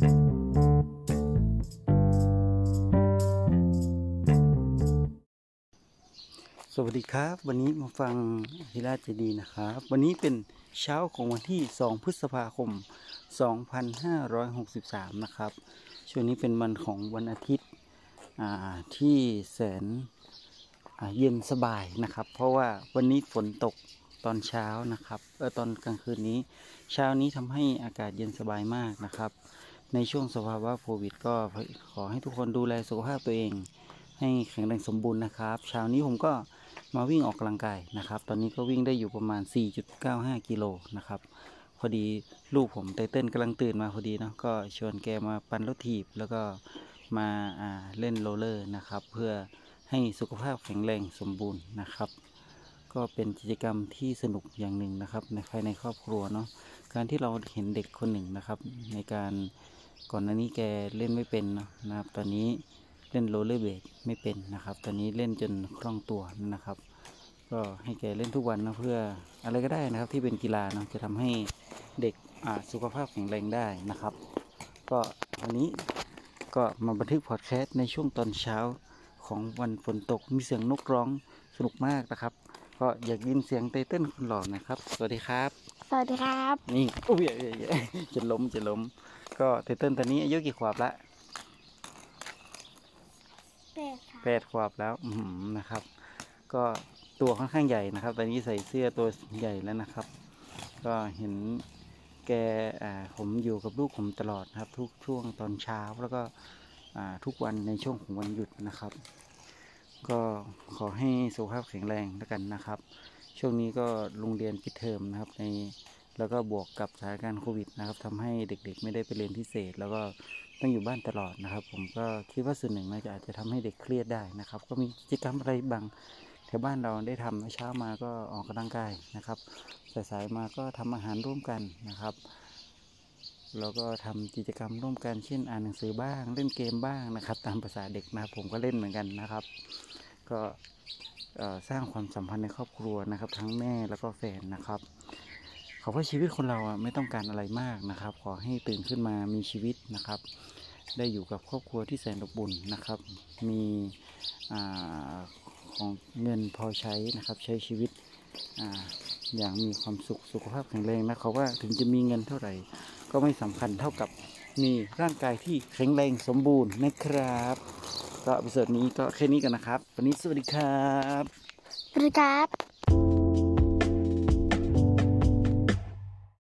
สวัสดีครับวันนี้มาฟังฮิราชเจดีนะครับวันนี้เป็นเช้าของวันที่2พฤษภาคม2563นะครับช่วงนี้เป็นวันของวันอาทิตย์ที่แสนเย็นสบายนะครับเพราะว่าวันนี้ฝนตกตอนเช้านะครับตอนกลางคืนนี้เช้านี้ทำให้อากาศเย็นสบายมากนะครับในช่วงสภาวะโควิดก็ขอให้ทุกคนดูแลสุขภาพตัวเองให้แข็งแรงสมบูรณ์นะครับเช้านี้ผมก็มาวิ่งออกกำลังกายนะครับตอนนี้ก็วิ่งได้อยู่ประมาณ 4.95 กิโลนะครับพอดีลูกผมไตเติ้ลกำลังตื่นมาพอดีเนาะก็ชวนแกมาปั่นรถถีบแล้วก็มาเล่นโรลเลอร์นะครับเพื่อให้สุขภาพแข็งแรงสมบูรณ์นะครับก็เป็นกิจกรรมที่สนุกอย่างหนึ่งนะครับในภายในครอบครัวเนาะการที่เราเห็นเด็กคนหนึ่งนะครับในการก่อนหน้านี้แกเล่นไม่เป็นนะครับตอนนี้เล่นโรลเลอร์เบลดไม่เป็นนะครับตอนนี้เล่นจนคล่องตัวนะครับก็ให้แกเล่นทุกวันนะเพื่ออะไรก็ได้นะครับที่เป็นกีฬาเนาะจะทำให้เด็กสุขภาพแข็งแรงได้นะครับก็วันนี้ก็มาบันทึกพอดแคสต์ในช่วงตอนเช้าของวันฝนตกมีเสียงนกร้องสนุกมากนะครับก็อยากยินเสียงไตเติ้ลคนหล่อนะครับสวัสดีครับสวัสดีครับนี่อุ้ยจะล้มก็ไตเติ้ลตอนนี้อายุกี่ขวบละ8 ขวบแล้วนะครับก็ตัวค่อนข้างใหญ่นะครับตอนนี้ใส่เสื้อตัวใหญ่แล้วนะครับก็เห็นแกผมอยู่กับลูกผมตลอดนะครับทุกช่วงตอนเช้าแล้วก็ทุกวันในช่วงของวันหยุดนะครับก็ขอให้สุขภาพแข็งแรงแล้วกันนะครับช่วงนี้ก็โรงเรียนปิดเทอมนะครับแล้วก็บวกกับสถานการณ์โควิดนะครับทำให้เด็กๆไม่ได้ไปเรียนพิเศษแล้วก็ต้องอยู่บ้านตลอดนะครับผมก็คิดว่าส่วนหนึ่งอาจจะทำให้เด็กเครียดได้นะครับก็มีกิจกรรมอะไรบางแถวบ้านเราได้ทำเช้ามาก็ออกกำลังกายนะครับสายๆมาก็ทำอาหารร่วมกันนะครับแล้วก็ทำกิจกรรมร่วมกันเช่นอ่านหนังสือบ้างเล่นเกมบ้างนะครับตามภาษาเด็กนะครับผมก็เล่นเหมือนกันนะครับก็สร้างความสัมพันธ์ในครอบครัวนะครับทั้งแม่แล้วก็แฟนนะครับขอว่าชีวิตคนเราไม่ต้องการอะไรมากนะครับขอให้ตื่นขึ้นมามีชีวิตนะครับได้อยู่กับครอบครัวที่แสนอบอุ่นนะครับมีของเงินพอใช้นะครับใช้ชีวิตอย่างมีความสุขสุขภาพแข็งแรงนะเขาว่าถึงจะมีเงินเท่าไหร่ก็ไม่สำคัญเท่ากับมีร่างกายที่แข็งแรงสมบูรณ์นะครับก็เอพิโซดนี้ก็แค่นี้กันนะครับวันนี้สวัสดีครับสวัสดีครับ